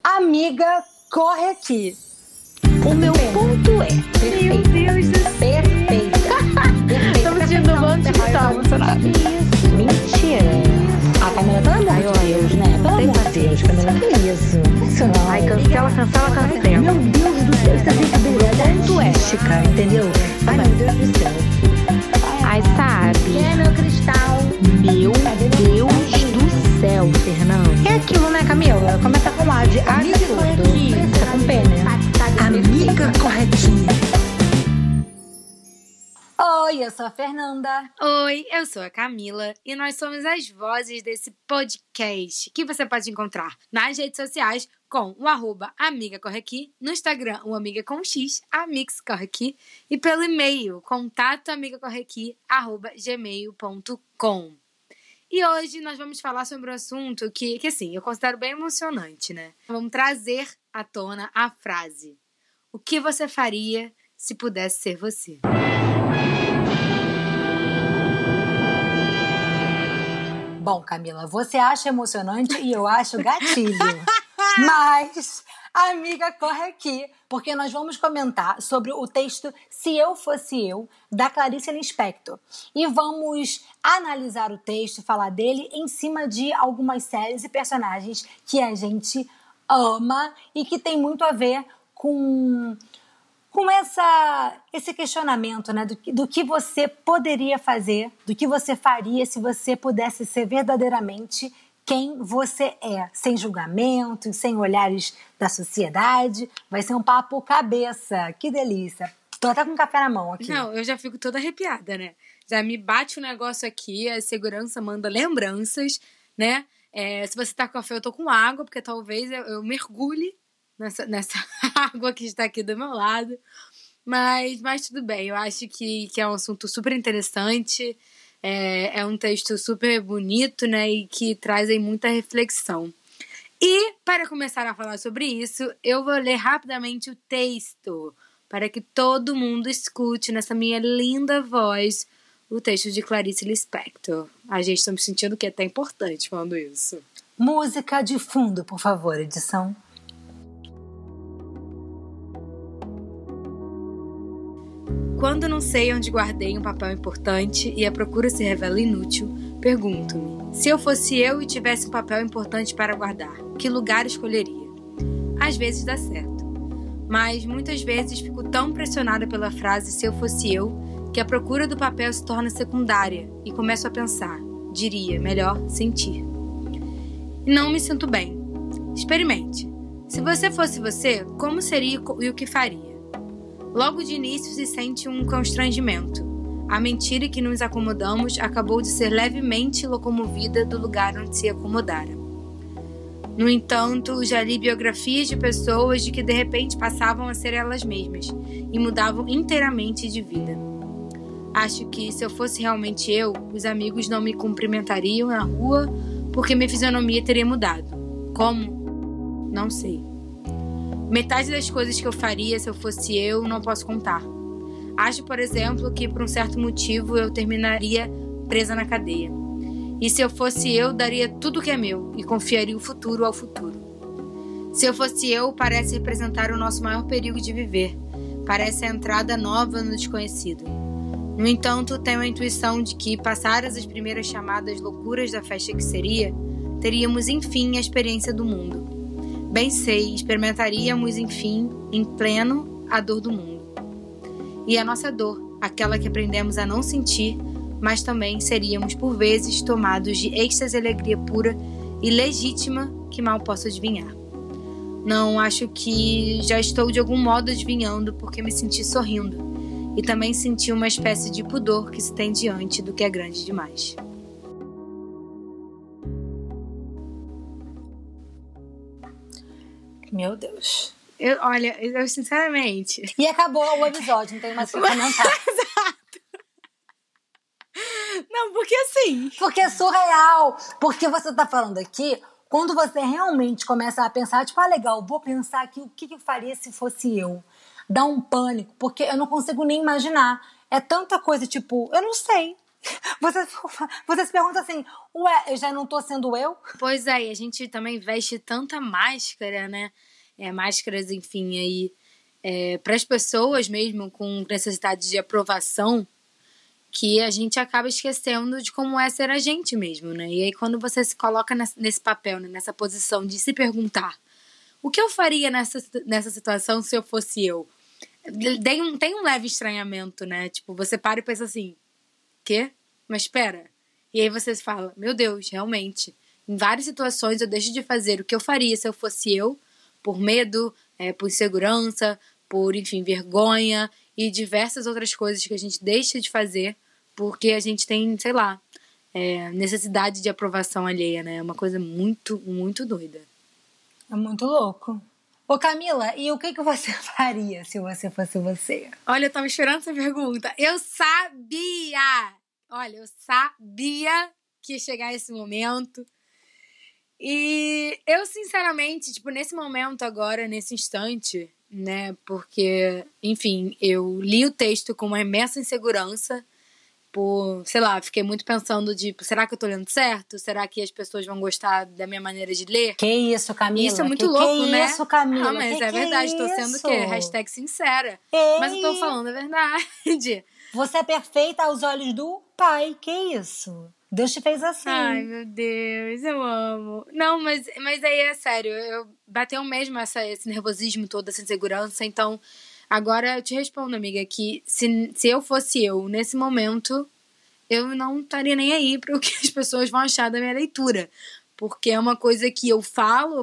Amiga, corre aqui. O meu ponto é... Meu Deus do céu. Perfeita. Tô me sentindo um bando de estar emocionada. Isso. Mentira. A Camila, pelo amor de Deus, né? Pelo amor de Deus, Camila, que isso? Sensacional. Ai, cancela. Meu Deus do céu, isso é brincadeira. Ponto é. Chica, entendeu? Ai, meu Deus do céu. Ai, sabe? Quem é meu cristal? Meu Deus do céu, Fernanda. É aquilo, né, Camila? Começa com A de amiga tudo. Tá com P, né? Amiga corretinha. Oi, eu sou a Fernanda. Oi, eu sou a Camila e nós somos as vozes desse podcast que você pode encontrar nas redes sociais com o @AmigaCorreAqui, no Instagram o Amiga com X, AmixCorreAqui, e pelo e-mail contato@amigacorreaqui@gmail.com. E hoje nós vamos falar sobre um assunto que assim, eu considero bem emocionante, né? Vamos trazer à tona a frase: o que você faria se pudesse ser você? Bom, Camila, você acha emocionante e eu acho gatilho. Mas, amiga, corre aqui, porque nós vamos comentar sobre o texto Se Eu Fosse Eu, da Clarice Lispector. E vamos analisar o texto, falar dele em cima de algumas séries e personagens que a gente ama e que tem muito a ver com esse questionamento, né, do que você poderia fazer, do que você faria se você pudesse ser verdadeiramente quem você é, sem julgamentos, sem olhares da sociedade. Vai ser um papo cabeça, que delícia. Tô até com café na mão aqui. Não, eu já fico toda arrepiada, né? Já me bate o negócio aqui, a segurança manda lembranças, né? Se você tá com café, eu tô com água, porque talvez eu mergulhe nessa água que está aqui do meu lado, mas tudo bem, eu acho que é um assunto super interessante, é um texto super bonito, né, e que traz aí muita reflexão. E para começar a falar sobre isso, eu vou ler rapidamente o texto, para que todo mundo escute nessa minha linda voz o texto de Clarice Lispector. A gente está me sentindo que é até importante falando isso. Música de fundo, por favor, edição. Quando não sei onde guardei um papel importante e a procura se revela inútil, pergunto-me: se eu fosse eu e tivesse um papel importante para guardar, que lugar escolheria? Às vezes dá certo, mas muitas vezes fico tão pressionada pela frase "se eu fosse eu", que a procura do papel se torna secundária e começo a pensar, diria, melhor, sentir. E não me sinto bem. Experimente. Se você fosse você, como seria e o que faria? Logo de início se sente um constrangimento. A mentira que nos acomodamos acabou de ser levemente locomovida do lugar onde se acomodara. No entanto, já li biografias de pessoas de que de repente passavam a ser elas mesmas e mudavam inteiramente de vida. Acho que se eu fosse realmente eu, os amigos não me cumprimentariam na rua porque minha fisionomia teria mudado. Como? Não sei. Metade das coisas que eu faria se eu fosse eu, não posso contar. Acho, por exemplo, que por um certo motivo eu terminaria presa na cadeia. E se eu fosse eu, daria tudo que é meu e confiaria o futuro ao futuro. Se eu fosse eu, parece representar o nosso maior perigo de viver. Parece a entrada nova no desconhecido. No entanto, tenho a intuição de que, passadas as primeiras chamadas loucuras da festa que seria, teríamos enfim a experiência do mundo. Bem sei, experimentaríamos, enfim, em pleno, a dor do mundo. E a nossa dor, aquela que aprendemos a não sentir, mas também seríamos, por vezes, tomados de êxtase e alegria pura e legítima que mal posso adivinhar. Não, acho que já estou de algum modo adivinhando porque me senti sorrindo e também senti uma espécie de pudor que se tem diante do que é grande demais. Meu Deus. Eu sinceramente... E acabou o episódio, não tem mais o que comentar. Exato. Não, porque assim... Porque é surreal. Porque você tá falando aqui, quando você realmente começa a pensar, tipo, legal, vou pensar aqui o que eu faria se fosse eu. Dá um pânico, porque eu não consigo nem imaginar. É tanta coisa, tipo, eu não sei. Você se pergunta assim, ué, eu já não tô sendo eu? Pois é, e a gente também veste tanta máscara, né? Máscaras, enfim, aí para as pessoas mesmo com necessidade de aprovação, que a gente acaba esquecendo de como é ser a gente mesmo, né? E aí quando você se coloca nesse papel, né? Nessa posição de se perguntar o que eu faria nessa situação se eu fosse eu? Tem um leve estranhamento, né? Tipo, você para e pensa assim, quê? Mas espera. E aí você fala, meu Deus, realmente, em várias situações eu deixo de fazer o que eu faria se eu fosse eu, por medo, por insegurança, por, enfim, vergonha e diversas outras coisas que a gente deixa de fazer porque a gente tem, sei lá, necessidade de aprovação alheia, né? É uma coisa muito, muito doida. É muito louco. Ô Camila, e o que você faria se você fosse você? Olha, eu tava esperando essa pergunta. Eu sabia! Olha, eu sabia que ia chegar esse momento. E eu, sinceramente, tipo, nesse momento agora, nesse instante, né? Porque, enfim, eu li o texto com uma imensa insegurança. Sei lá, fiquei muito pensando será que eu tô lendo certo? Será que as pessoas vão gostar da minha maneira de ler? Que isso, Camila? Isso é muito louco, né? Isso, Camila? Mas é verdade, tô sendo o quê? Hashtag sincera. Ei. Mas eu tô falando a verdade. Você é perfeita aos olhos do Pai, que isso? Deus te fez assim. Ai, meu Deus, eu amo. Não, mas aí é sério, bateu mesmo esse nervosismo todo, essa insegurança, então... Agora eu te respondo, amiga, que se eu fosse eu, nesse momento, eu não estaria nem aí para o que as pessoas vão achar da minha leitura. Porque é uma coisa que eu falo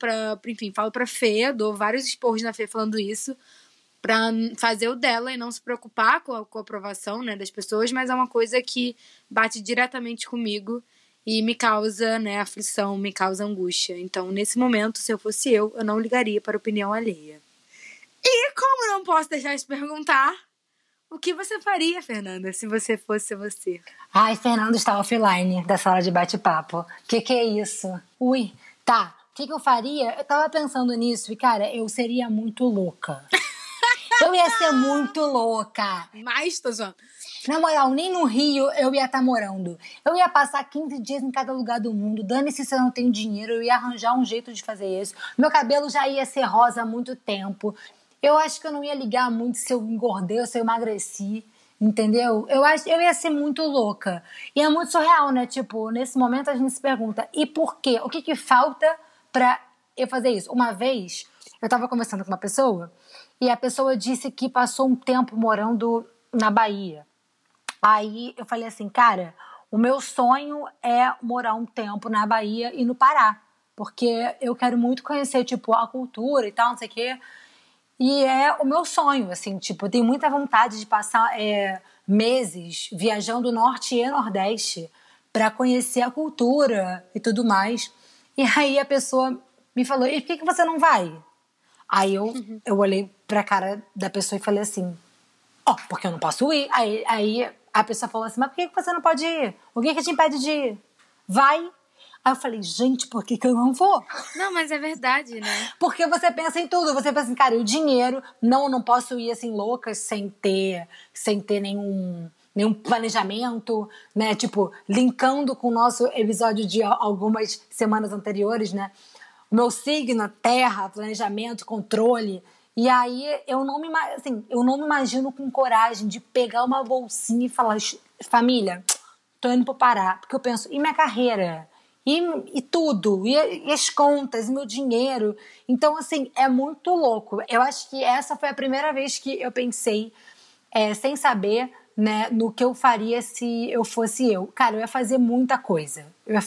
pra Fê, dou vários esporros na Fê falando isso, pra fazer o dela e não se preocupar com a aprovação, né, das pessoas, mas é uma coisa que bate diretamente comigo e me causa, né, aflição, me causa angústia. Então, nesse momento, se eu fosse eu não ligaria para a opinião alheia. E como não posso deixar de perguntar, o que você faria, Fernanda, se você fosse você? Ai, Fernando está offline da sala de bate-papo. Que é isso? Ui, tá. O que eu faria? Eu tava pensando nisso e, cara, eu seria muito louca. Eu ia ser muito louca. Mas, tô zoando. Na moral, nem no Rio eu ia estar morando. Eu ia passar 15 dias em cada lugar do mundo. Dane-se se eu não tenho dinheiro, eu ia arranjar um jeito de fazer isso. Meu cabelo já ia ser rosa há muito tempo. Eu acho que eu não ia ligar muito se eu engordei ou se eu emagreci, entendeu? Eu ia ser muito louca. E é muito surreal, né? Tipo, nesse momento a gente se pergunta, e por quê? O que falta pra eu fazer isso? Uma vez, eu tava conversando com uma pessoa e a pessoa disse que passou um tempo morando na Bahia. Aí eu falei assim, cara, o meu sonho é morar um tempo na Bahia e no Pará. Porque eu quero muito conhecer, tipo, a cultura e tal, não sei o quê. E é o meu sonho, assim, tipo, eu tenho muita vontade de passar meses viajando Norte e Nordeste para conhecer a cultura e tudo mais. E aí a pessoa me falou, e por que você não vai? Aí eu olhei pra cara da pessoa e falei assim, porque eu não posso ir. Aí a pessoa falou assim, mas por que você não pode ir? O que te impede de ir? Vai. Aí eu falei, gente, por que eu não vou? Não, mas é verdade, né? Porque você pensa em tudo. Você pensa assim, cara, o dinheiro, não posso ir assim louca sem ter nenhum planejamento, né? Tipo, linkando com o nosso episódio de algumas semanas anteriores, né? O meu signo, terra, planejamento, controle. E aí eu não me imagino com coragem de pegar uma bolsinha e falar, família, tô indo pro Pará. Porque eu penso, e minha carreira? E tudo, e as contas, e meu dinheiro. Então, assim, é muito louco. Eu acho que essa foi a primeira vez que eu pensei, sem saber, né, no que eu faria se eu fosse eu. Cara, eu ia fazer muita coisa.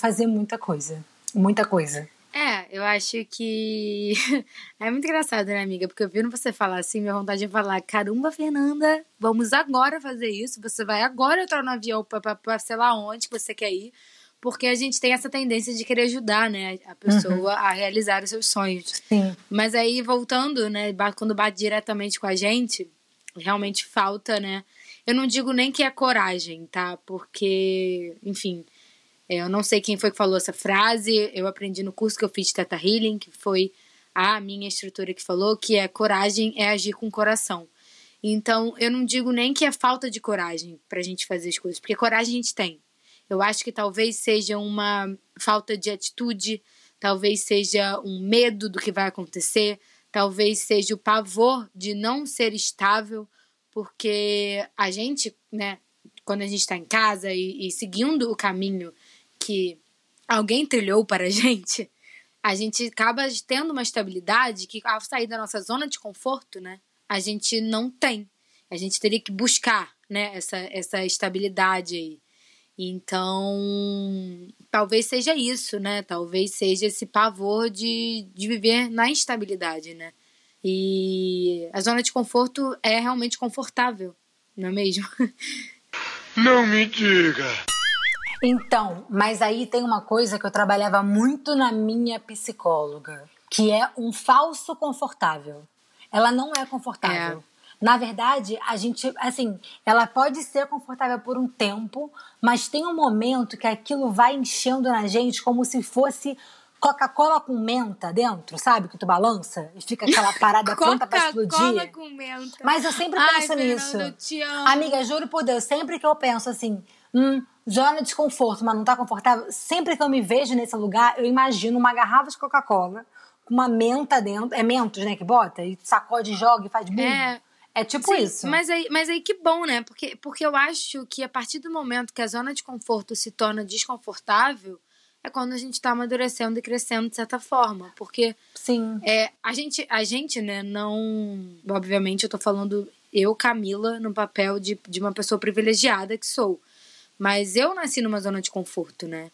Muita coisa. Eu acho que é muito engraçado, né, amiga? Porque eu vi você falar assim, minha vontade é falar, caramba, Fernanda, vamos agora fazer isso. Você vai agora entrar no avião pra sei lá onde que você quer ir. Porque a gente tem essa tendência de querer ajudar, né, a pessoa a realizar os seus sonhos. Sim. Mas aí, voltando, né, quando bate diretamente com a gente, realmente falta, né? Eu não digo nem que é coragem, tá? Porque, enfim, eu não sei quem foi que falou essa frase. Eu aprendi no curso que eu fiz de Theta Healing, que foi a minha instrutora que falou, que coragem é agir com o coração. Então, eu não digo nem que é falta de coragem pra gente fazer as coisas, porque coragem a gente tem. Eu acho que talvez seja uma falta de atitude, talvez seja um medo do que vai acontecer, talvez seja o pavor de não ser estável, porque a gente, né, quando a gente está em casa e seguindo o caminho que alguém trilhou para a gente acaba tendo uma estabilidade que, ao sair da nossa zona de conforto, né, a gente não tem. A gente teria que buscar, né, essa estabilidade aí. Então, talvez seja isso, né? Talvez seja esse pavor de viver na instabilidade, né? E a zona de conforto é realmente confortável, não é mesmo? Não me diga! Então, mas aí tem uma coisa que eu trabalhava muito na minha psicóloga, que é um falso confortável. Ela não é confortável. Na verdade, a gente, assim, ela pode ser confortável por um tempo, mas tem um momento que aquilo vai enchendo na gente como se fosse Coca-Cola com menta dentro, sabe? Que tu balança e fica aquela parada pronta pra explodir. Coca-Cola com menta. Mas eu sempre penso nisso. Fernanda, eu te amo. Amiga, juro por Deus, sempre que eu penso assim, zona de desconforto, mas não tá confortável, sempre que eu me vejo nesse lugar, eu imagino uma garrafa de Coca-Cola com uma menta dentro. É Mentos, né, que bota? E sacode, joga e faz bum. É tipo Sim, isso. Mas aí que bom, né? Porque eu acho que a partir do momento que a zona de conforto se torna desconfortável, é quando a gente tá amadurecendo e crescendo de certa forma. Porque Sim. A gente, né, não... Obviamente, eu tô falando eu, Camila, no papel de uma pessoa privilegiada que sou. Mas eu nasci numa zona de conforto, né?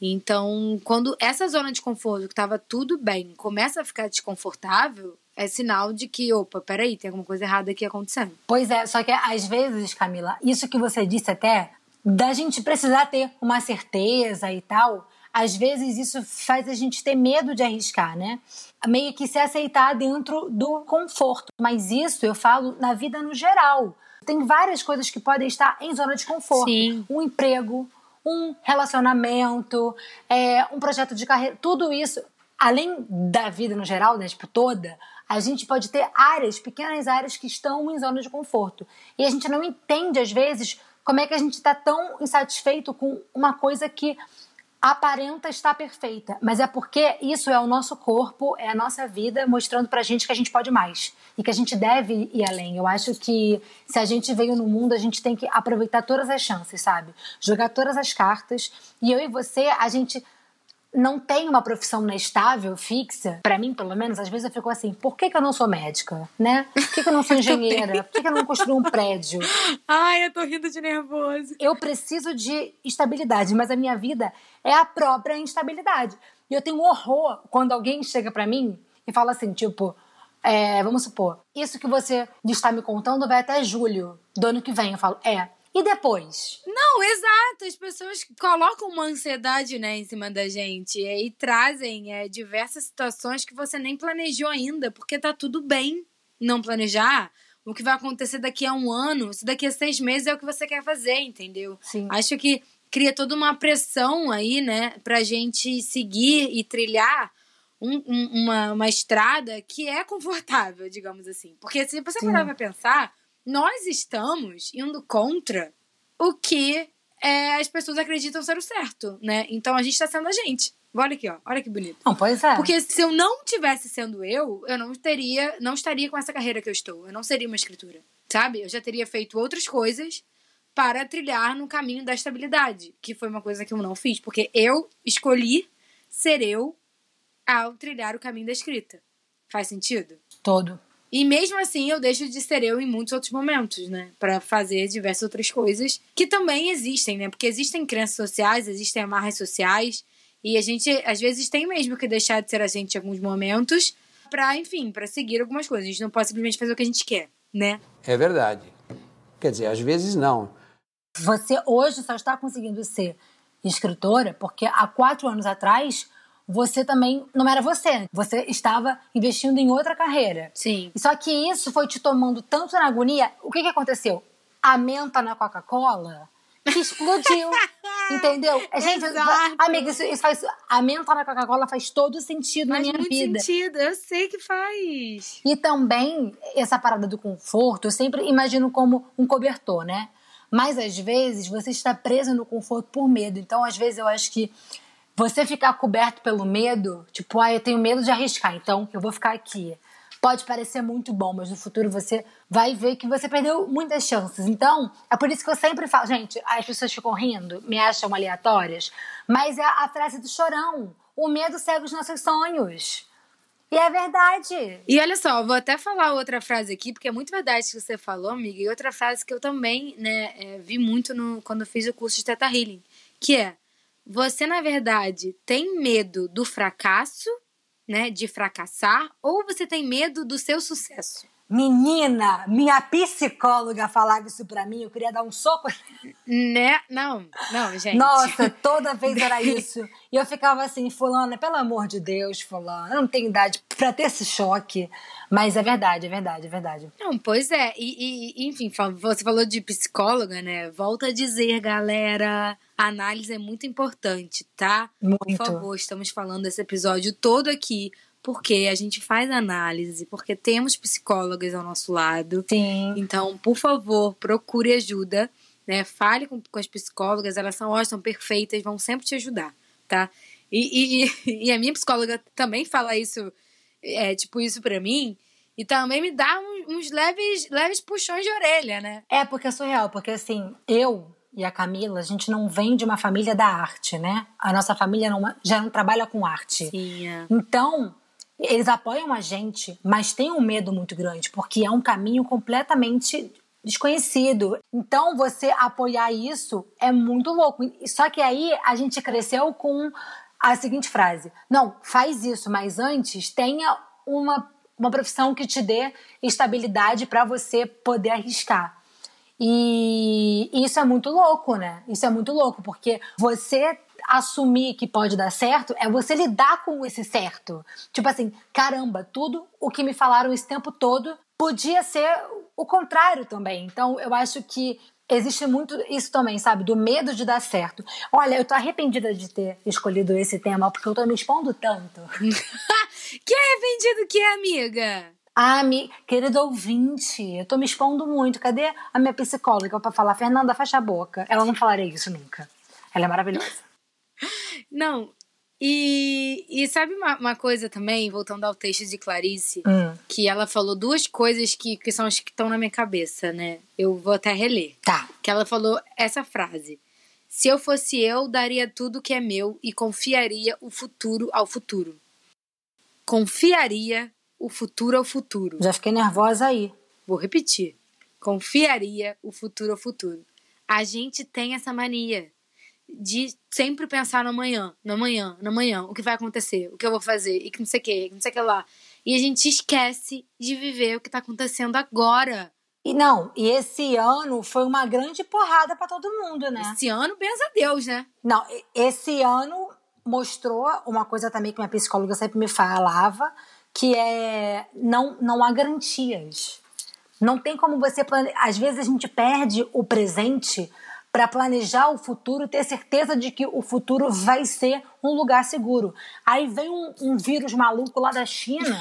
Então, quando essa zona de conforto, que tava tudo bem, começa a ficar desconfortável, é sinal de que, opa, peraí, tem alguma coisa errada aqui acontecendo. Pois é, só que às vezes, Camila, isso que você disse até, da gente precisar ter uma certeza e tal, às vezes isso faz a gente ter medo de arriscar, né? Meio que se aceitar dentro do conforto. Mas isso eu falo na vida no geral. Tem várias coisas que podem estar em zona de conforto. Sim. Um emprego, um relacionamento, um projeto de carreira, tudo isso, além da vida no geral, né, tipo toda, a gente pode ter áreas, pequenas áreas que estão em zona de conforto. E a gente não entende, às vezes, como é que a gente está tão insatisfeito com uma coisa que aparenta estar perfeita. Mas é porque isso é o nosso corpo, é a nossa vida mostrando pra gente que a gente pode mais. E que a gente deve ir além. Eu acho que se a gente veio no mundo, a gente tem que aproveitar todas as chances, sabe? Jogar todas as cartas. E eu e você, a gente não tem uma profissão estável, fixa. Pra mim, pelo menos, às vezes eu fico assim, por que eu não sou médica, né? Por que eu não sou engenheira? Por que eu não construí um prédio? Ai, eu tô rindo de nervoso. Eu preciso de estabilidade, mas a minha vida é a própria instabilidade. E eu tenho horror quando alguém chega pra mim e fala assim, tipo, vamos supor, isso que você está me contando vai até julho do ano que vem. Eu falo, e depois? Não, exato. As pessoas colocam uma ansiedade, né, em cima da gente e trazem diversas situações que você nem planejou ainda, porque tá tudo bem não planejar o que vai acontecer daqui a um ano, se daqui a 6 meses é o que você quer fazer, entendeu? Sim. Acho que cria toda uma pressão aí, né, pra gente seguir e trilhar uma estrada que é confortável, digamos assim. Porque se você parar pra pensar, nós estamos indo contra o que as pessoas acreditam ser o certo, né? Então a gente tá sendo a gente. Olha aqui, ó. Olha que bonito. Não, pois é. Porque se eu não tivesse sendo eu não estaria com essa carreira que eu estou. Eu não seria uma escritora, sabe? Eu já teria feito outras coisas para trilhar no caminho da estabilidade, que foi uma coisa que eu não fiz, porque eu escolhi ser eu ao trilhar o caminho da escrita. Faz sentido? Todo. E mesmo assim eu deixo de ser eu em muitos outros momentos, né? Pra fazer diversas outras coisas que também existem, né? Porque existem crenças sociais, existem amarras sociais e a gente às vezes tem mesmo que deixar de ser a gente em alguns momentos pra, enfim, pra seguir algumas coisas. A gente não pode simplesmente fazer o que a gente quer, né? É verdade. Quer dizer, às vezes não. Você hoje só está conseguindo ser escritora porque há 4 anos atrás você também não era você. Você estava investindo em outra carreira. Sim. Só que isso foi te tomando tanto na agonia. O que aconteceu? A menta na Coca-Cola que explodiu. Entendeu? Gente, Exato. amiga, isso faz. A menta na Coca-Cola faz todo sentido na minha muito vida. sentido, eu sei que faz. E também, essa parada do conforto, eu sempre imagino como um cobertor, né? Mas, às vezes, você está preso no conforto por medo. Então, às vezes, eu acho que você ficar coberto pelo medo, tipo, eu tenho medo de arriscar, então eu vou ficar aqui. Pode parecer muito bom, mas no futuro você vai ver que você perdeu muitas chances. Então, é por isso que eu sempre falo, gente, as pessoas ficam rindo, me acham aleatórias, mas é a frase do Chorão: o medo cega os nossos sonhos. E é verdade. E olha só, vou até falar outra frase aqui, porque é muito verdade que você falou, amiga, e outra frase que eu também, né, vi muito quando eu fiz o curso de Theta Healing, que é: você, na verdade, tem medo do fracasso, né, de fracassar, ou você tem medo do seu sucesso? Menina, minha psicóloga falava isso pra mim, eu queria dar um soco. Né? Não, gente. Nossa, toda vez era isso. E eu ficava assim, fulana, pelo amor de Deus, fulana, eu não tenho idade pra ter esse choque. Mas é verdade, é verdade, é verdade. Não, pois é. Enfim, você falou de psicóloga, né? Volta a dizer, galera, a análise é muito importante, tá? Muito. Por favor, estamos falando desse episódio todo aqui porque a gente faz análise, porque temos psicólogas ao nosso lado. Sim. Então, por favor, procure ajuda, né? Fale com as psicólogas, elas são ótimas, são perfeitas, vão sempre te ajudar, tá? E a minha psicóloga também fala isso, tipo, isso pra mim, e também me dá uns leves puxões de orelha, né? É, porque é surreal, porque assim, eu e a Camila, a gente não vem de uma família da arte, né? A nossa família já não trabalha com arte. Sim, é. Então, eles apoiam a gente, mas tem um medo muito grande, porque é um caminho completamente desconhecido. Então, você apoiar isso é muito louco. Só que aí a gente cresceu com a seguinte frase: não, faz isso, mas antes tenha uma profissão que te dê estabilidade para você poder arriscar. E isso é muito louco, né? Isso é muito louco, porque você assumir que pode dar certo é você lidar com esse certo. Tipo assim, caramba, tudo o que me falaram esse tempo todo podia ser o contrário também. Então, eu acho que existe muito isso também, sabe? Do medo de dar certo. Olha, eu tô arrependida de ter escolhido esse tema, porque eu tô me expondo tanto. Que arrependido que é, amiga? Ah, querido ouvinte, eu tô me expondo muito. Cadê a minha psicóloga pra falar? Fernanda, fecha a boca. Ela não falaria isso nunca. Ela é maravilhosa. Não, e sabe uma coisa também, voltando ao texto de Clarice, que ela falou duas coisas que são as que estão na minha cabeça, né? Eu vou até reler. Tá. Que ela falou essa frase: se eu fosse eu, daria tudo que é meu e confiaria o futuro ao futuro. Confiaria o futuro ao futuro. Já fiquei nervosa aí. Vou repetir. Confiaria o futuro ao futuro. A gente tem essa mania de sempre pensar no amanhã, o que vai acontecer, o que eu vou fazer, e que não sei o que lá. E a gente esquece de viver o que tá acontecendo agora. E esse ano foi uma grande porrada pra todo mundo, né? Esse ano, benza a Deus, né? Não, esse ano mostrou uma coisa também que minha psicóloga sempre me falava, que é não há garantias. Não tem como você às vezes a gente perde o presente para planejar o futuro, ter certeza de que o futuro vai ser um lugar seguro. Aí vem um vírus maluco lá da China.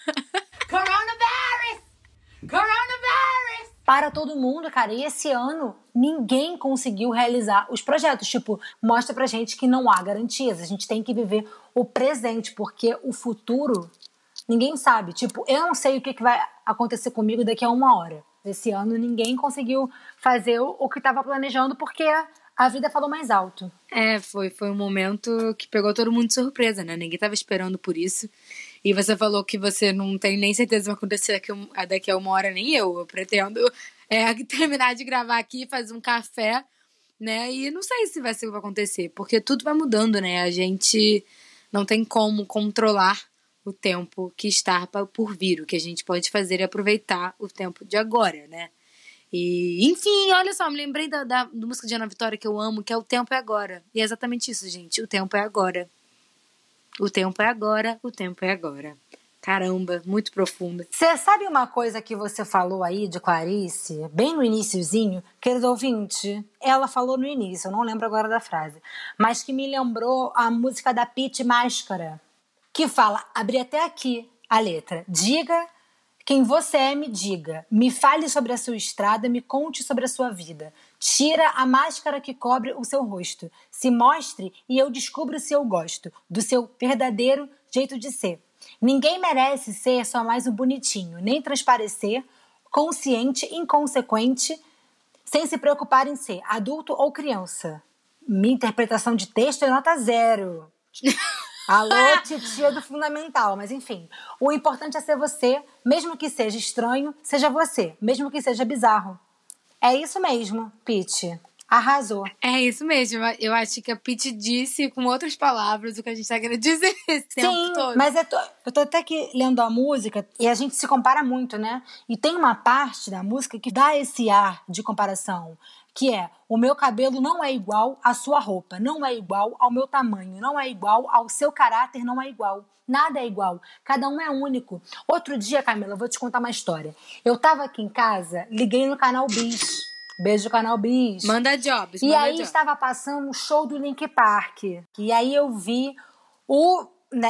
Coronavirus! Para todo mundo, cara. E esse ano, ninguém conseguiu realizar os projetos. Tipo, mostra pra gente que não há garantias. A gente tem que viver o presente, porque o futuro, ninguém sabe. Tipo, eu não sei o que vai acontecer comigo daqui a 1 hora. Esse ano ninguém conseguiu fazer o que estava planejando porque a vida falou mais alto. Foi um momento que pegou todo mundo de surpresa, né? Ninguém estava esperando por isso. E você falou que você não tem nem certeza que vai acontecer daqui a 1 hora, nem eu. Eu pretendo terminar de gravar aqui, fazer um café, né? E não sei se vai ser o que vai acontecer, porque tudo vai mudando, né? A gente não tem como controlar o tempo que está por vir. O que a gente pode fazer é aproveitar o tempo de agora, né? E, enfim, olha só, me lembrei da música de Ana Vitória que eu amo, que é O Tempo é Agora. E é exatamente isso, gente. O tempo é agora. O tempo é agora, o tempo é agora. Caramba, muito profunda. Você sabe uma coisa que você falou aí de Clarice, bem no iniciozinho, querido ouvinte? Ela falou no início, eu não lembro agora da frase, mas que me lembrou a música da Pitty Máscara, que fala, abri até aqui a letra, diga quem você é, me diga, me fale sobre a sua estrada, me conte sobre a sua vida, tira a máscara que cobre o seu rosto, se mostre e eu descubro se eu gosto do seu verdadeiro jeito de ser. Ninguém merece ser só mais o bonitinho, nem transparecer, consciente, inconsequente, sem se preocupar em ser adulto ou criança. Minha interpretação de texto é nota 0. Alô, titia do fundamental, mas enfim. O importante é ser você, mesmo que seja estranho, seja você, mesmo que seja bizarro. É isso mesmo, Pitty. Arrasou. É isso mesmo. Eu acho que a Pitty disse com outras palavras o que a gente tá querendo dizer esse tempo todo. Sim, mas eu tô até aqui lendo a música e a gente se compara muito, né? E tem uma parte da música que dá esse ar de comparação, que é, o meu cabelo não é igual à sua roupa, não é igual ao meu tamanho, não é igual ao seu caráter, não é igual. Nada é igual. Cada um é único. Outro dia, Camila, eu vou te contar uma história. Eu tava aqui em casa, liguei no Canal Bis. Beijo, Canal Bis. Manda jobs. E aí estava passando um show do Linkin Park. E aí eu vi o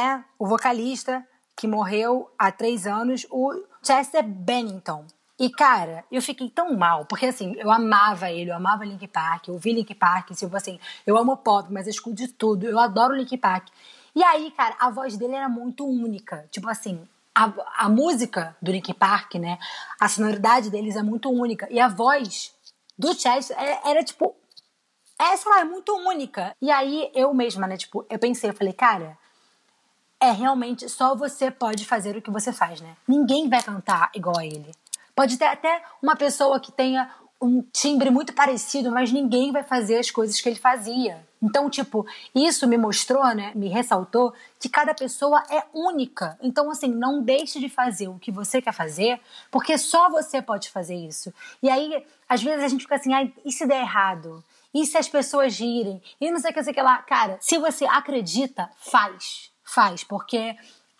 vocalista que morreu há 3 anos, o Chester Bennington. E, cara, eu fiquei tão mal, porque, assim, eu amava ele, eu amava Linkin Park, eu ouvi Linkin Park, tipo assim, eu amo pop, mas eu escuto de tudo, eu adoro Linkin Park. E aí, cara, a voz dele era muito única, tipo assim, a música do Linkin Park, né, a sonoridade deles é muito única, e a voz do Chester era, tipo, sei lá, é muito única. E aí, eu mesma, né, tipo, eu pensei, eu falei, cara, realmente só você pode fazer o que você faz, né? Ninguém vai cantar igual a ele. Pode ter até uma pessoa que tenha um timbre muito parecido, mas ninguém vai fazer as coisas que ele fazia. Então, tipo, isso me mostrou, né, me ressaltou que cada pessoa é única. Então, assim, não deixe de fazer o que você quer fazer, porque só você pode fazer isso. E aí, às vezes a gente fica assim, e se der errado? E se as pessoas girem? E não sei o que, sei o que lá. Cara, se você acredita, faz. Faz, porque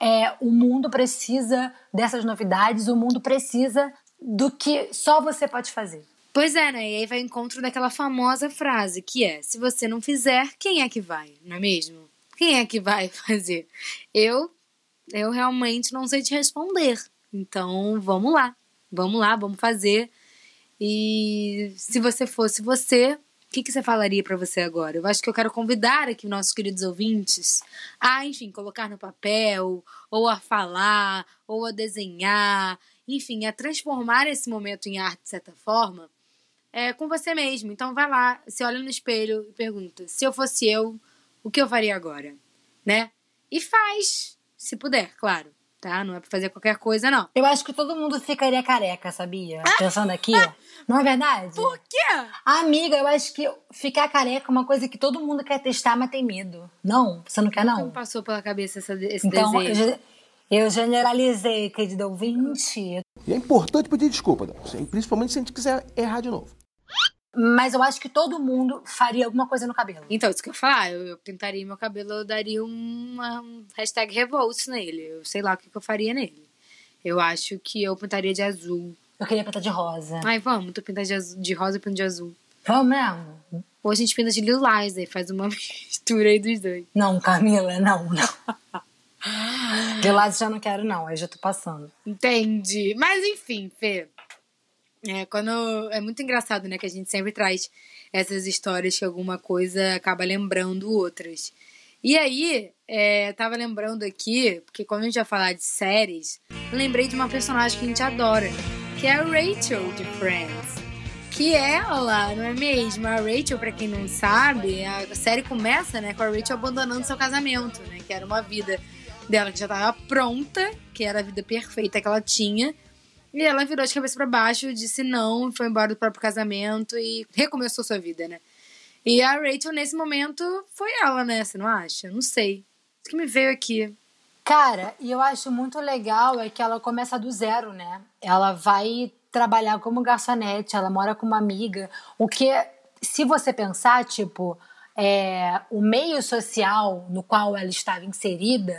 o mundo precisa dessas novidades, o mundo precisa do que só você pode fazer. Pois é, né? E aí vai ao encontro daquela famosa frase que é, se você não fizer, quem é que vai? Não é mesmo? Quem é que vai fazer? Eu realmente não sei te responder. Então, vamos lá, vamos fazer. E se você fosse você, o que você falaria pra você agora? Eu acho que eu quero convidar aqui nossos queridos ouvintes a, enfim, colocar no papel, ou a falar, ou a desenhar, enfim, a transformar esse momento em arte de certa forma, com você mesmo. Então vai lá, você olha no espelho e pergunta, se eu fosse eu, o que eu faria agora? Né? E faz, se puder, claro. Tá? Não é pra fazer qualquer coisa, não. Eu acho que todo mundo ficaria careca, sabia? Pensando aqui. Não é verdade? Por quê? Amiga, eu acho que ficar careca é uma coisa que todo mundo quer testar, mas tem medo. Não? Você não quer, não? Como passou pela cabeça esse então, desejo? Eu generalizei, querido ouvinte. E é importante pedir desculpa, principalmente se a gente quiser errar de novo. Mas eu acho que todo mundo faria alguma coisa no cabelo. Então, isso que eu ia falar, eu pintaria meu cabelo, eu daria uma #revolt nele. Eu sei lá o que eu faria nele. Eu acho que eu pintaria de azul. Eu queria pintar de rosa. Ai, vamos, tu pinta de rosa e pinta de azul. Vamos mesmo? Ou a gente pinta de lilás, aí faz uma mistura aí dos dois. Não, Camila, não. Lilás já não quero, não. Aí já tô passando. Entendi. Mas enfim, Fê. É muito engraçado, né? Que a gente sempre traz essas histórias que alguma coisa acaba lembrando outras. E aí, tava lembrando aqui, porque quando a gente vai falar de séries, eu lembrei de uma personagem que a gente adora, que é a Rachel de Friends. Que ela, não é mesmo? A Rachel, pra quem não sabe, a série começa, né, com a Rachel abandonando seu casamento, né? Que era uma vida dela que já tava pronta, que era a vida perfeita que ela tinha. E ela virou de cabeça pra baixo, disse não, foi embora do próprio casamento e recomeçou sua vida, né? E a Rachel, nesse momento, foi ela, né? Você não acha? Não sei. Isso que me veio aqui. Cara, e eu acho muito legal é que ela começa do zero, né? Ela vai trabalhar como garçonete, ela mora com uma amiga. O que, se você pensar, tipo, o meio social no qual ela estava inserida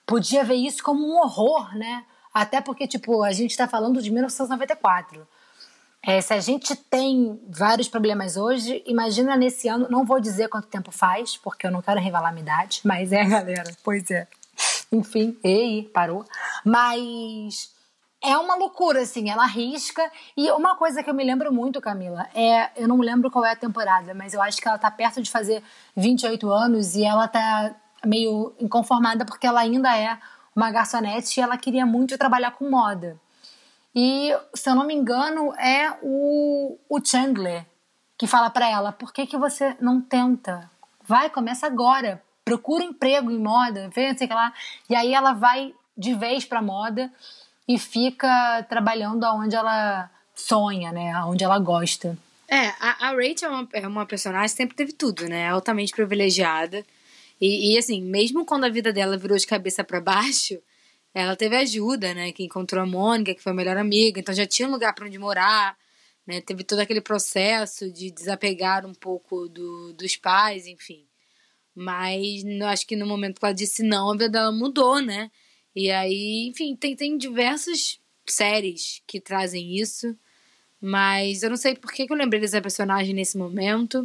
podia ver isso como um horror, né? Até porque, tipo, a gente tá falando de 1994. Se a gente tem vários problemas hoje, imagina nesse ano, não vou dizer quanto tempo faz, porque eu não quero revelar a minha idade, mas galera, pois é. Enfim, parou. Mas é uma loucura, assim, ela arrisca. E uma coisa que eu me lembro muito, Camila, eu não lembro qual é a temporada, mas eu acho que ela tá perto de fazer 28 anos e ela tá meio inconformada porque ela ainda é uma garçonete e ela queria muito trabalhar com moda. E, se eu não me engano, é o Chandler que fala pra ela, por que você não tenta? Vai, começa agora, procura um emprego em moda, vê, não sei o que lá. E aí ela vai de vez pra moda e fica trabalhando aonde ela sonha, né? Aonde ela gosta. A Rachel é uma personagem que sempre teve tudo, né? Altamente privilegiada. E assim, mesmo quando a vida dela virou de cabeça pra baixo, ela teve ajuda, né? Que encontrou a Mônica, que foi a melhor amiga. Então já tinha um lugar pra onde morar, né? Teve todo aquele processo de desapegar um pouco dos pais, enfim. Mas acho que no momento que ela disse não, a vida dela mudou, né? E aí, enfim, tem diversas séries que trazem isso. Mas eu não sei por que eu lembrei dessa personagem nesse momento.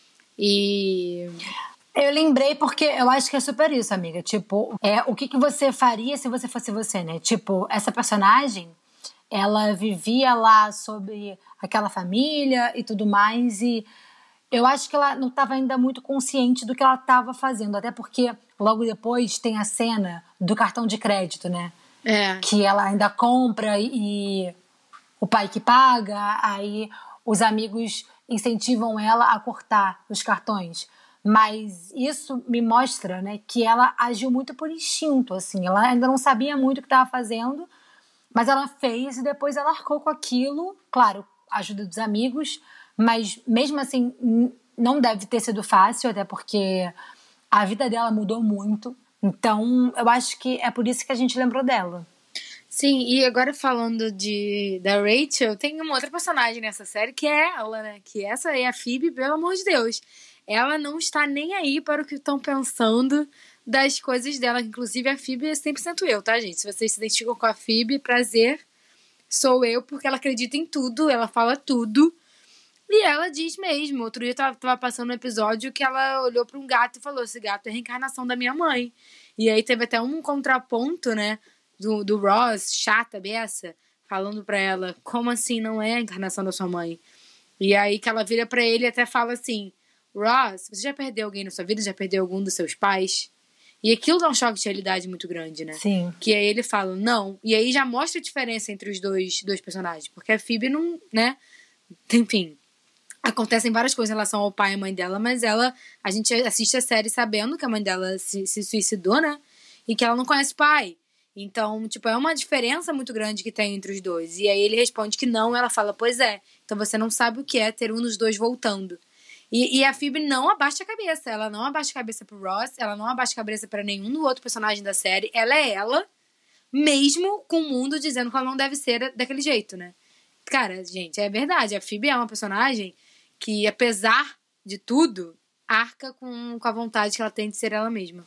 Eu lembrei porque eu acho que é super isso, amiga. Tipo, o que você faria se você fosse você, né? Tipo, essa personagem, ela vivia lá sobre aquela família e tudo mais. E eu acho que ela não estava ainda muito consciente do que ela estava fazendo. Até porque logo depois tem a cena do cartão de crédito, né? Que ela ainda compra e o pai que paga. Aí os amigos incentivam ela a cortar os cartões. Mas isso me mostra, né, que ela agiu muito por instinto, assim. Ela ainda não sabia muito o que estava fazendo, mas ela fez e depois ela arcou com aquilo. Claro, ajuda dos amigos, mas mesmo assim não deve ter sido fácil, até porque a vida dela mudou muito. Então, eu acho que é por isso que a gente lembrou dela. Sim, e agora falando da Rachel, tem uma outra personagem nessa série que é ela, né? Que essa é a Phoebe, pelo amor de Deus. Ela não está nem aí para o que estão pensando das coisas dela. Inclusive, a Phoebe é 100% eu, tá, gente? Se vocês se identificam com a Phoebe, prazer, sou eu, porque ela acredita em tudo, ela fala tudo. E ela diz mesmo. Outro dia eu tava passando um episódio que ela olhou para um gato e falou, esse gato é a reencarnação da minha mãe. E aí teve até um contraponto, né, do Ross, chata, beça, falando pra ela, como assim não é a encarnação da sua mãe? E aí que ela vira pra ele e até fala assim, Ross, você já perdeu alguém na sua vida? Já perdeu algum dos seus pais? E aquilo dá um choque de realidade muito grande, né? Sim. Que aí ele fala, não. E aí já mostra a diferença entre os dois personagens. Porque a Phoebe não, né? Enfim, acontecem várias coisas em relação ao pai e à mãe dela, mas a gente assiste a série sabendo que a mãe dela se suicidou, né? E que ela não conhece o pai. Então, tipo, é uma diferença muito grande que tem entre os dois. E aí ele responde que não, ela fala, pois é. Então você não sabe o que é ter um dos dois voltando. E a Phoebe não abaixa a cabeça. Ela não abaixa a cabeça pro Ross, ela não abaixa a cabeça pra nenhum do outro personagem da série. Ela é ela, mesmo com o mundo dizendo que ela não deve ser daquele jeito, né? Cara, gente, é verdade. A Phoebe é uma personagem que, apesar de tudo, arca com a vontade que ela tem de ser ela mesma.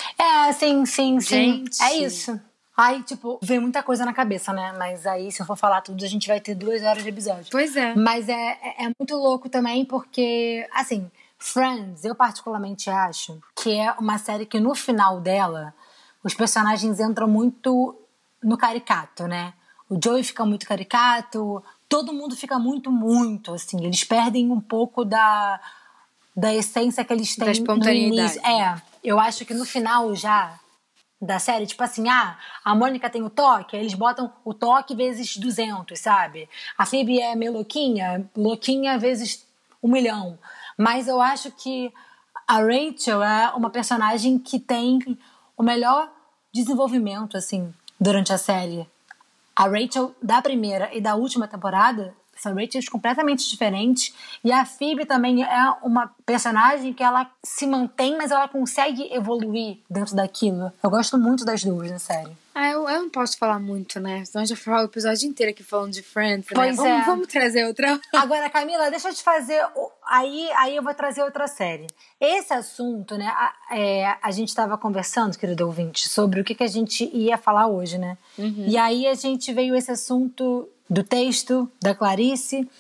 Sim. Gente. É isso. Aí, tipo, vem muita coisa na cabeça, né? Mas aí, se eu for falar tudo, a gente vai ter 2 horas de episódio. Pois é. Mas é muito louco também, porque, assim, Friends, eu particularmente acho que é uma série que no final dela, os personagens entram muito no caricato, né? O Joey fica muito caricato, todo mundo fica muito, assim. Eles perdem um pouco da essência que eles têm da espontaneidade. No início. Eu acho que no final já da série, tipo assim, a Mônica tem o toque, aí eles botam o toque vezes 200, sabe? A Phoebe é meio louquinha vezes 1 milhão. Mas eu acho que a Rachel é uma personagem que tem o melhor desenvolvimento, assim, durante a série. A Rachel da primeira e da última temporada são Rachels completamente diferentes. E a Phoebe também é uma personagem que ela se mantém, mas ela consegue evoluir dentro daquilo. Eu gosto muito das duas na série. Eu não posso falar muito, né? Senão a gente vai falar o episódio inteiro aqui falando de Friends, né? Pois Vamos trazer outra. Agora, Camila, deixa eu te fazer aí eu vou trazer outra série. Esse assunto, né, a gente estava conversando, querido ouvinte, sobre o que a gente ia falar hoje, né? E aí a gente veio esse assunto do texto da Clarice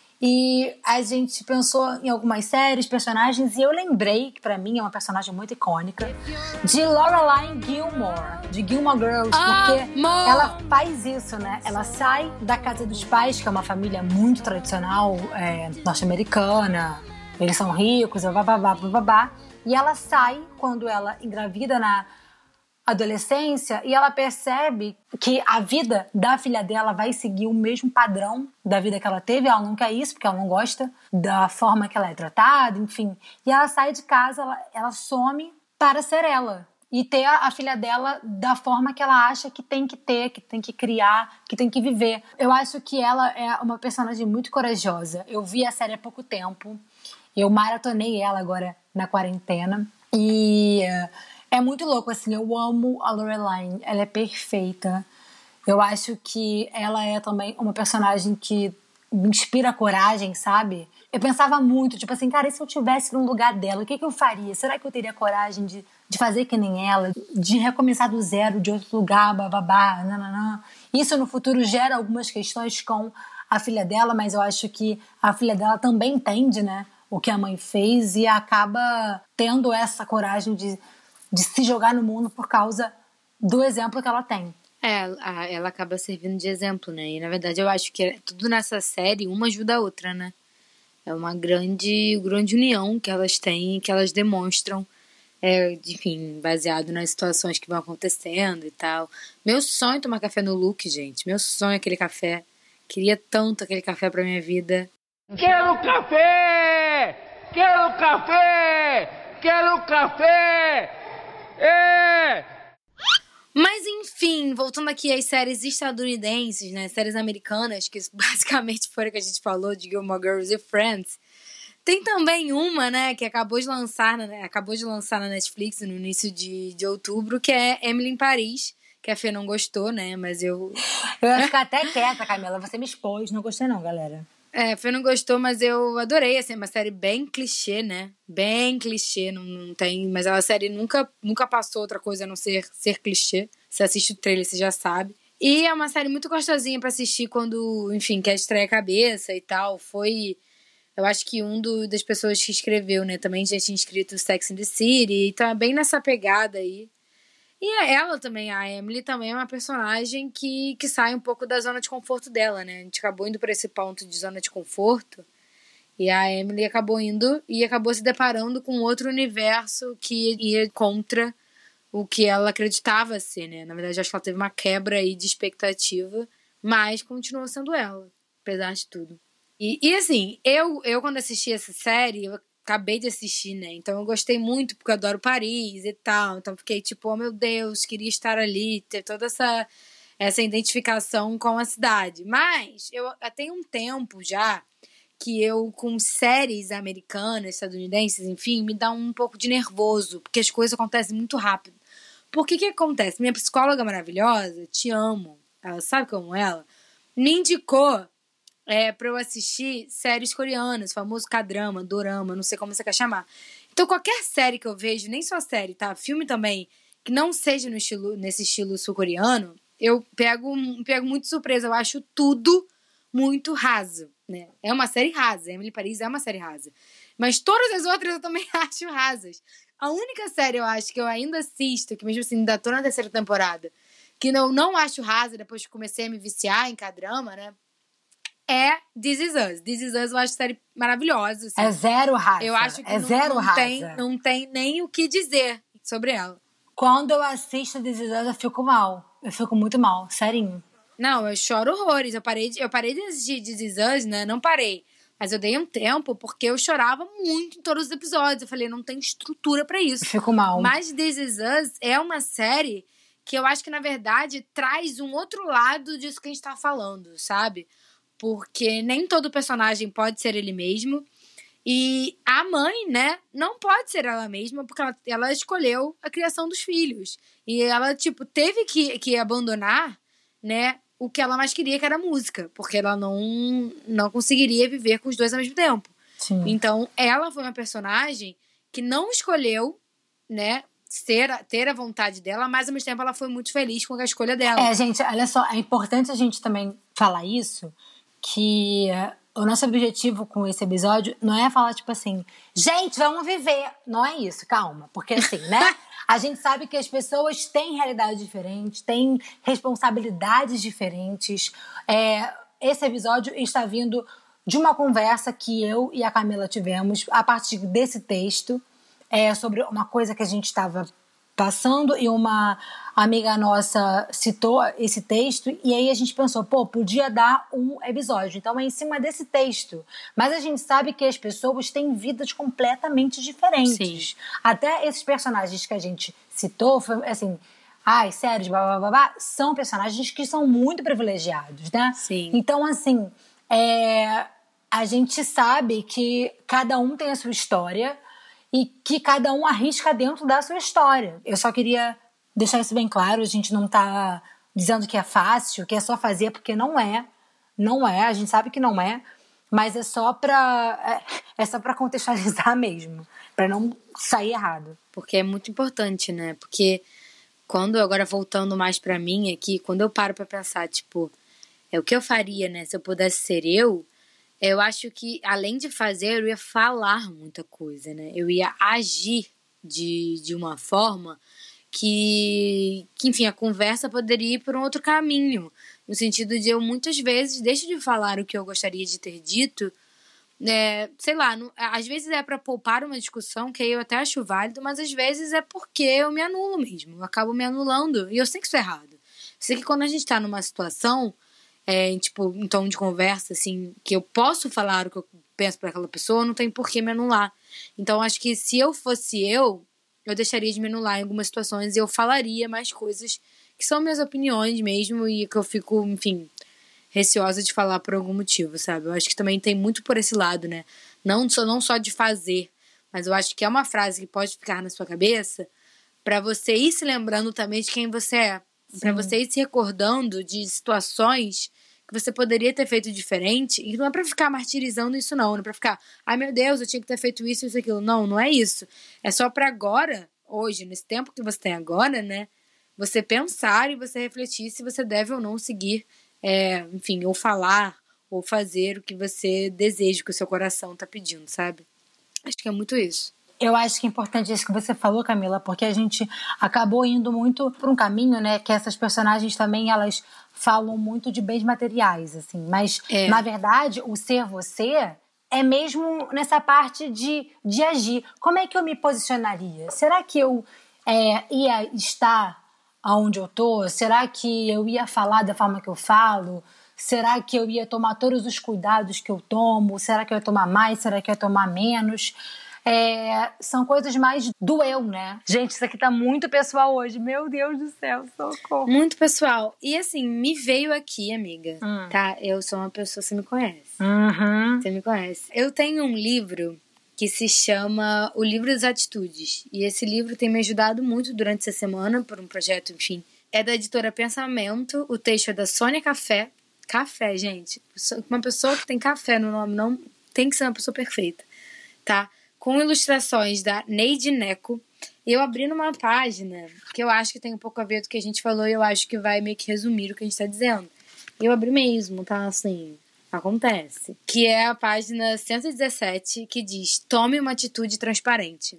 e a gente pensou em algumas séries, personagens, e eu lembrei, que pra mim é uma personagem muito icônica, de Lorelai Gilmore, de Gilmore Girls, porque ela faz isso, né? Ela sai da casa dos pais, que é uma família muito tradicional, norte-americana, eles são ricos, bababá, e ela sai quando ela engravida na adolescência e ela percebe que a vida da filha dela vai seguir o mesmo padrão da vida que ela teve. Ela não quer isso porque ela não gosta da forma que ela é tratada, enfim. E ela sai de casa, ela some para ser ela e ter a filha dela da forma que ela acha que tem que ter, que tem que criar, que tem que viver. Eu acho que ela é uma personagem muito corajosa. Eu vi a série há pouco tempo, eu maratonei ela agora na quarentena e é muito louco, assim, eu amo a Lorelai, ela é perfeita. Eu acho que ela é também uma personagem que me inspira coragem, sabe? Eu pensava muito, tipo assim, cara, e se eu estivesse no lugar dela, o que eu faria? Será que eu teria coragem de fazer que nem ela? De recomeçar do zero, de outro lugar, bababá, nananã. Isso no futuro gera algumas questões com a filha dela, mas eu acho que a filha dela também entende, né, o que a mãe fez e acaba tendo essa coragem de se jogar no mundo por causa do exemplo que ela tem. Ela acaba servindo de exemplo, né? E, na verdade, eu acho que tudo nessa série, uma ajuda a outra, né? É uma grande união que elas têm, que elas demonstram, enfim, baseado nas situações que vão acontecendo e tal. Meu sonho é tomar café no Look, gente. Meu sonho é aquele café. Queria tanto aquele café pra minha vida. Quero café! Quero café! Quero café! Mas enfim, voltando aqui às séries estadunidenses, né, séries americanas, que basicamente foram que a gente falou, de Gilmore Girls e Friends, tem também uma, né, que acabou de lançar na Netflix no início de outubro, que é Emily em Paris, que a Fê não gostou, né, mas eu ia ficar até quieta, Camila, você me expôs, não gostei não, galera. Fê não gostou, mas eu adorei, assim, uma série bem clichê, né? Bem clichê, não tem... Mas a série nunca passou outra coisa a não ser clichê. Você assiste o trailer, você já sabe. E é uma série muito gostosinha pra assistir quando, enfim, quer distrair a cabeça e tal. Foi... Eu acho que das pessoas que escreveu, né? Também já tinha escrito Sex and the City. Então é bem nessa pegada aí. E ela também, a Emily, também é uma personagem que sai um pouco da zona de conforto dela, né? A gente acabou indo por esse ponto de zona de conforto e a Emily acabou indo e acabou se deparando com outro universo que ia contra o que ela acreditava ser, né? Na verdade, acho que ela teve uma quebra aí de expectativa, mas continuou sendo ela, apesar de tudo. E assim, eu quando assisti essa série, eu acabei de assistir, né? Então eu gostei muito, porque eu adoro Paris e tal. Então fiquei tipo, oh meu Deus, queria estar ali, ter toda essa identificação com a cidade. Mas eu tenho um tempo já que eu, com séries americanas, estadunidenses, enfim, me dá um pouco de nervoso, porque as coisas acontecem muito rápido. Por que acontece? Minha psicóloga maravilhosa, te amo, ela sabe que eu amo ela, me indicou pra eu assistir séries coreanas, famoso K-drama, dorama, não sei como você quer chamar. Então qualquer série que eu vejo, nem só série, tá? Filme também, que não seja nesse estilo sul-coreano, eu pego muito surpresa. Eu acho tudo muito raso, né? É uma série rasa, Emily Paris é uma série rasa. Mas todas as outras eu também acho rasas. A única série, eu acho, que eu ainda assisto, que mesmo assim ainda tô na 3ª temporada, que eu não acho rasa, depois que comecei a me viciar em K-drama, né? É This Is Us. This Is Us eu acho série maravilhosa. Assim. É zero raça. Eu acho que não tem nem o que dizer sobre ela. Quando eu assisto This Is Us, eu fico mal. Eu fico muito mal, serinho. Não, eu choro horrores. Eu parei de assistir This Is Us, né? Não parei. Mas eu dei um tempo porque eu chorava muito em todos os episódios. Eu falei, não tem estrutura pra isso. Eu fico mal. Mas This Is Us é uma série que eu acho que, na verdade, traz um outro lado disso que a gente tá falando, sabe? Porque nem todo personagem pode ser ele mesmo. E a mãe, né, não pode ser ela mesma, porque ela escolheu a criação dos filhos. E ela, tipo, teve que abandonar, né, o que ela mais queria, que era a música. Porque ela não conseguiria viver com os dois ao mesmo tempo. Sim. Então, ela foi uma personagem que não escolheu, né, ter a vontade dela, mas ao mesmo tempo ela foi muito feliz com a escolha dela. Gente, olha só, é importante a gente também falar isso, que o nosso objetivo com esse episódio não é falar, tipo assim, gente, vamos viver. Não é isso, calma. Porque assim, né? A gente sabe que as pessoas têm realidades diferentes, têm responsabilidades diferentes. Esse episódio está vindo de uma conversa que eu e a Camila tivemos a partir desse texto, sobre uma coisa que a gente estava passando, e uma amiga nossa citou esse texto, e aí a gente pensou, podia dar um episódio. Então é em cima desse texto. Mas a gente sabe que as pessoas têm vidas completamente diferentes. Sim. Até esses personagens que a gente citou, foi assim, sérios, são personagens que são muito privilegiados, né? Sim. Então, assim, a gente sabe que cada um tem a sua história, e que cada um arrisca dentro da sua história. Eu só queria deixar isso bem claro, a gente não tá dizendo que é fácil, que é só fazer, porque não é. Não é, a gente sabe que não é, mas é só pra contextualizar mesmo, pra não sair errado. Porque é muito importante, né? Porque agora voltando mais pra mim aqui, quando eu paro pra pensar, tipo, o que eu faria, né? Se eu pudesse ser eu acho que, além de fazer, eu ia falar muita coisa, né? Eu ia agir de uma forma que, enfim, a conversa poderia ir por um outro caminho. No sentido de eu, muitas vezes, deixo de falar o que eu gostaria de ter dito, sei lá, às vezes é para poupar uma discussão, que aí eu até acho válido, mas às vezes é porque eu me anulo mesmo. Eu acabo me anulando, e eu sei que isso é errado. Eu sei que quando a gente tá numa situação... em tom de conversa, assim, que eu posso falar o que eu penso para aquela pessoa, não tem por que me anular. Então, acho que se eu fosse eu deixaria de me anular em algumas situações e eu falaria mais coisas que são minhas opiniões mesmo e que eu fico, enfim, receosa de falar por algum motivo, sabe? Eu acho que também tem muito por esse lado, né? Não só de fazer, mas eu acho que é uma frase que pode ficar na sua cabeça para você ir se lembrando também de quem você é. Para você ir se recordando de situações que você poderia ter feito diferente, e não é pra ficar martirizando isso não é pra ficar, ai meu Deus, eu tinha que ter feito isso e aquilo. Não é isso. É só pra agora, hoje, nesse tempo que você tem agora, né, você pensar e você refletir se você deve ou não seguir, enfim, ou falar, ou fazer o que você deseja, o que o seu coração tá pedindo, sabe? Acho que é muito isso. Eu acho que é importante isso que você falou, Camila, porque a gente acabou indo muito por um caminho, né, que essas personagens também, elas falam muito de bens materiais, assim, mas, na verdade, o ser você é mesmo nessa parte de agir. Como é que eu me posicionaria? Será que eu ia estar onde eu tô? Será que eu ia falar da forma que eu falo? Será que eu ia tomar todos os cuidados que eu tomo? Será que eu ia tomar mais? Será que eu ia tomar menos? São coisas mais do eu, né? Gente, isso aqui tá muito pessoal hoje. Meu Deus do céu, socorro. Muito pessoal. E assim, me veio aqui, amiga, tá? Eu sou uma pessoa, você me conhece. Uhum. Você me conhece. Eu tenho um livro que se chama O Livro das Atitudes. E esse livro tem me ajudado muito durante essa semana por um projeto, enfim. É da editora Pensamento. O texto é da Sônia Café. Café, gente. Uma pessoa que tem café no nome não tem que ser uma pessoa perfeita, tá? Com ilustrações da Neide Neco. E eu abri numa página que eu acho que tem um pouco a ver do que a gente falou e eu acho que vai meio que resumir o que a gente tá dizendo. Eu abri mesmo, tá? Assim, acontece. Que é a página 117, que diz: tome uma atitude transparente.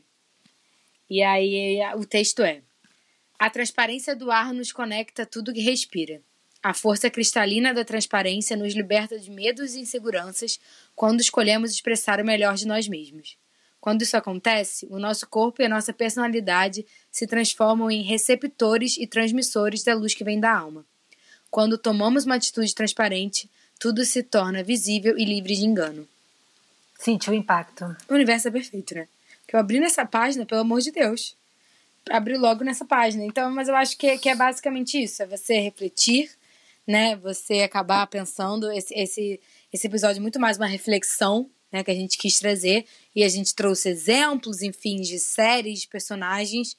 E aí o texto é: a transparência do ar nos conecta a tudo que respira. A força cristalina da transparência nos liberta de medos e inseguranças quando escolhemos expressar o melhor de nós mesmos. Quando isso acontece, o nosso corpo e a nossa personalidade se transformam em receptores e transmissores da luz que vem da alma. Quando tomamos uma atitude transparente, tudo se torna visível e livre de engano. Senti o impacto. O universo é perfeito, né? Que eu abri nessa página, pelo amor de Deus. Abri logo nessa página. Então, mas eu acho que é basicamente isso. É você refletir, né? Você acabar pensando. Esse episódio é muito mais uma reflexão, né, que a gente quis trazer, e a gente trouxe exemplos, enfim, de séries, de personagens,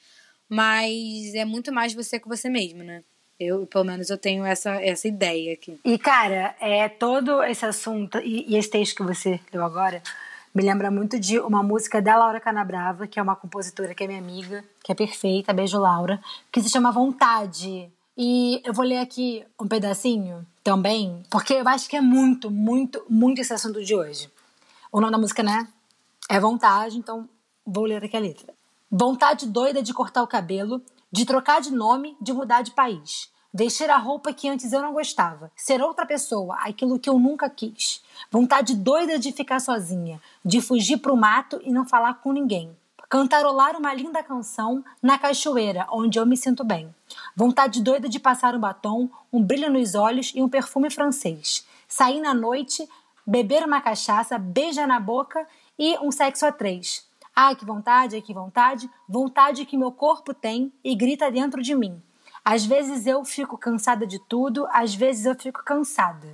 mas é muito mais você com você mesmo, né? Pelo menos, eu tenho essa ideia aqui. E, cara, todo esse assunto, e esse texto que você leu agora, Me lembra muito de uma música da Laura Canabrava, que é uma compositora que é minha amiga, que é perfeita, beijo Laura, que se chama Vontade. E eu vou ler aqui um pedacinho também, porque eu acho que é muito, muito, muito esse assunto de hoje. O nome da música, né? É Vontade, então vou ler aqui a letra. Vontade doida de cortar o cabelo, de trocar de nome, de mudar de país. Vestir a roupa que antes eu não gostava. Ser outra pessoa, aquilo que eu nunca quis. Vontade doida de ficar sozinha, de fugir pro mato e não falar com ninguém. Cantarolar uma linda canção na cachoeira, onde eu me sinto bem. Vontade doida de passar um batom, um brilho nos olhos e um perfume francês. Sair na noite, beber uma cachaça, beijar na boca e um sexo a 3. Ai, que vontade, vontade que meu corpo tem e grita dentro de mim. Às vezes eu fico cansada de tudo, às vezes eu fico cansada.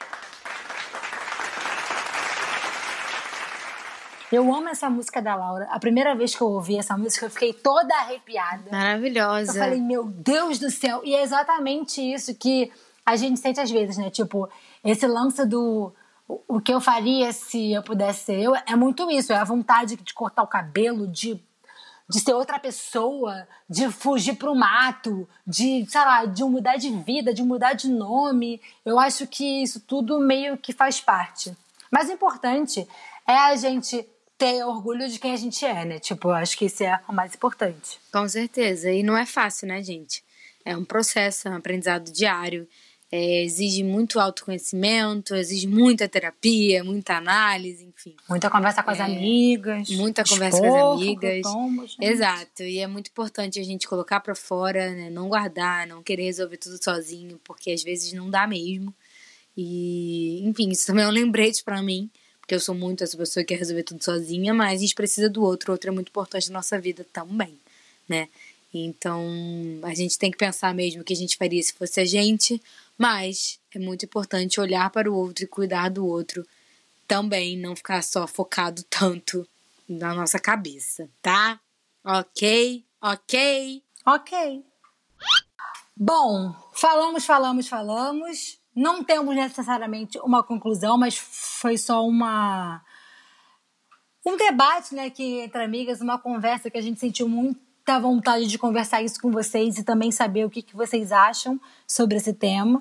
Eu amo essa música da Laura. A primeira vez que eu ouvi essa música, eu fiquei toda arrepiada. Maravilhosa. Eu falei, meu Deus do céu. E é exatamente isso que a gente sente às vezes, né? Tipo, esse lance do... O que eu faria se eu pudesse ser eu, é muito isso. É a vontade de cortar o cabelo, de ser outra pessoa, de fugir pro mato, de, sei lá, de mudar de vida, de mudar de nome. Eu acho que isso tudo meio que faz parte. Mas o importante é a gente ter orgulho de quem a gente é, né? Tipo, eu acho que isso é o mais importante. Com certeza. E não é fácil, né, gente? É um processo, é um aprendizado diário. Exige muito autoconhecimento, exige muita terapia, muita análise, enfim. Muita conversa com as amigas. Muita conversa com as amigas. Exato. E é muito importante a gente colocar pra fora, né? Não guardar, não querer resolver tudo sozinho, porque às vezes não dá mesmo. E, enfim, isso também é um lembrete pra mim, porque eu sou muito essa pessoa que quer resolver tudo sozinha, mas a gente precisa do outro. O outro é muito importante na nossa vida também, né? Então, a gente tem que pensar mesmo o que a gente faria se fosse a gente, mas é muito importante olhar para o outro e cuidar do outro também, não ficar só focado tanto na nossa cabeça, tá? Ok? Bom, falamos. Não temos necessariamente uma conclusão, mas foi só um debate, né, que entre amigas, uma conversa que a gente sentiu muita vontade de conversar isso com vocês e também saber o que vocês acham sobre esse tema.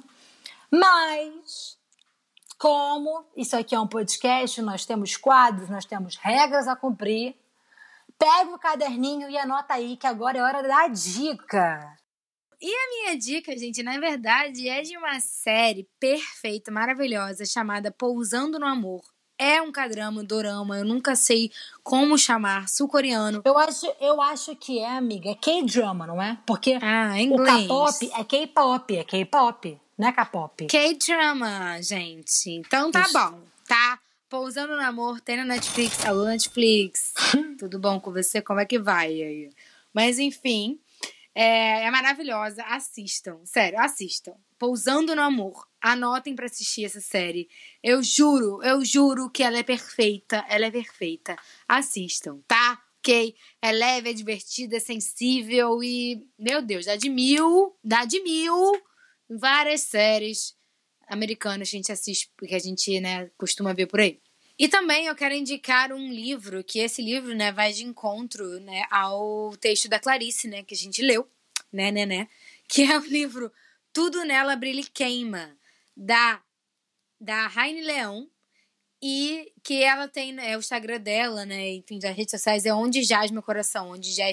Mas, como isso aqui é um podcast, nós temos quadros, nós temos regras a cumprir, pega o caderninho e anota aí que agora é hora da dica. E a minha dica, gente, na verdade, é de uma série perfeita, maravilhosa, chamada Pousando no Amor. É um K-drama, dorama, eu nunca sei como chamar, sul-coreano. Eu acho que é, amiga, é K-drama, não é? Porque em o inglês. K-pop é K-pop, não é K-pop. K-drama, gente. Então tá bom, tá? Pousando no Amor, tem na Netflix. Alô, Netflix. Tudo bom com você? Como é que vai aí? Mas enfim, é maravilhosa. Assistam, sério, assistam. Pousando no Amor. Anotem pra assistir essa série. Eu juro que ela é perfeita. Assistam, tá? Ok? É leve, é divertida, é sensível e, meu Deus, dá de mil várias séries americanas que a gente assiste, porque a gente, né, costuma ver por aí. E também eu quero indicar um livro, que esse livro, né, vai de encontro, né, ao texto da Clarice, né, que a gente leu, né, que é o livro Tudo Nela Brilha e Queima, da Raine Leão, e que ela tem, né, o Instagram dela, né, enfim, das redes sociais, é Onde Jaz Meu Coração,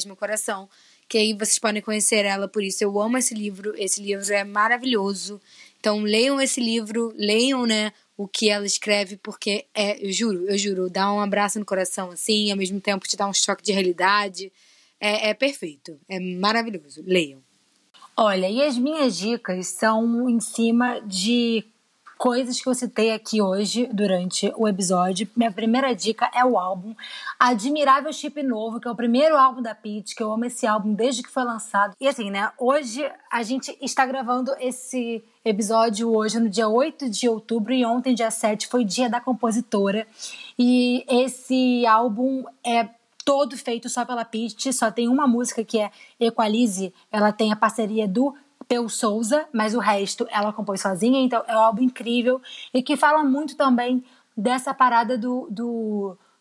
que aí vocês podem conhecer ela por isso. Eu amo esse livro é maravilhoso. Então leiam esse livro, leiam, né, o que ela escreve, porque eu juro, dá um abraço no coração, assim, ao mesmo tempo te dá um choque de realidade. É perfeito, é maravilhoso, leiam. Olha, e as minhas dicas são em cima de coisas que eu citei aqui hoje durante o episódio. Minha primeira dica é o álbum Admirável Chip Novo, que é o primeiro álbum da Pitty, que eu amo esse álbum desde que foi lançado. E assim, né, hoje a gente está gravando esse episódio hoje no dia 8 de outubro e ontem, dia 7, foi dia da compositora. E esse álbum é todo feito só pela Pitty, só tem uma música que é Equalize, ela tem a parceria do Peu Souza, mas o resto ela compôs sozinha, então é um álbum incrível e que fala muito também dessa parada do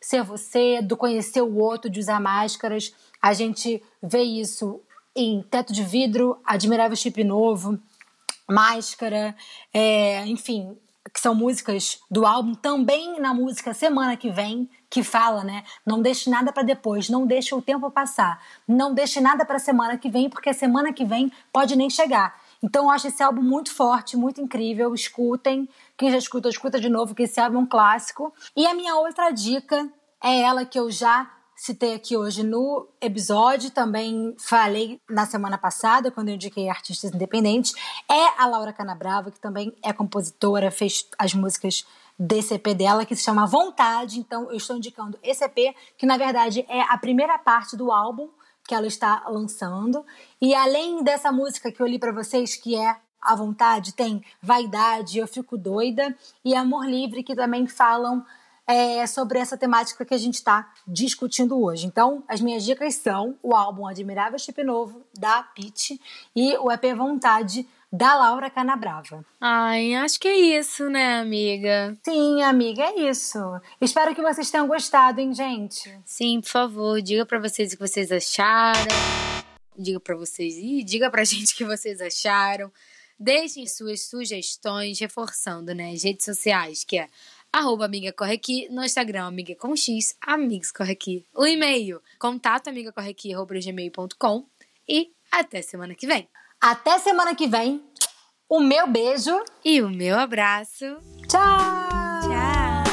ser você, do conhecer o outro, de usar máscaras. A gente vê isso em Teto de Vidro, Admirável Chip Novo, Máscara, enfim, que são músicas do álbum. Também na música Semana Que Vem, que fala, né? Não deixe nada para depois, não deixe o tempo passar, não deixe nada para semana que vem, porque a semana que vem pode nem chegar. Então eu acho esse álbum muito forte, muito incrível. Escutem, quem já escutou, escuta de novo, que esse álbum é um clássico. E a minha outra dica é ela que eu já citei aqui hoje no episódio, também falei na semana passada, quando eu indiquei artistas independentes, é a Laura Canabrava, que também é compositora, fez as músicas desse EP dela, que se chama Vontade. Então eu estou indicando esse EP, que na verdade é a primeira parte do álbum que ela está lançando. E além dessa música que eu li para vocês, que é A Vontade, tem Vaidade, Eu Fico Doida e Amor Livre, que também falam sobre essa temática que a gente está discutindo hoje. Então, as minhas dicas são o álbum Admirável Chip Novo, da Pitty, e o EP Vontade, da Laura Canabrava. Ai, acho que é isso, né, amiga? Sim, amiga, é isso. Espero que vocês tenham gostado, hein, gente? Sim, por favor, diga pra vocês o que vocês acharam. Diga pra vocês e diga pra gente o que vocês acharam. Deixem suas sugestões, reforçando, né, as redes sociais, que é @amigacorreaqui, no Instagram, amiga com X, amigos corre aqui. O e-mail, contato@amigacorreaqui@gmail.com. E até semana que vem. Até semana que vem. O meu beijo. E o meu abraço. Tchau! Tchau!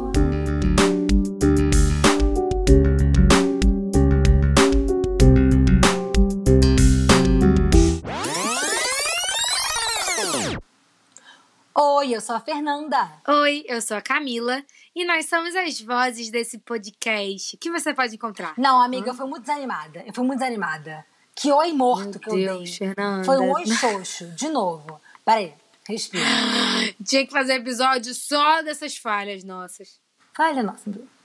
Oi, eu sou a Fernanda. Oi, eu sou a Camila e nós somos as vozes desse podcast que você pode encontrar. Não, amiga, eu fui muito desanimada. Que oi morto Meu que eu Deus, dei. Fernanda. Foi um oi xoxo. De novo. Peraí, respira. Tinha que fazer episódio só dessas falhas nossas. Falha nossa.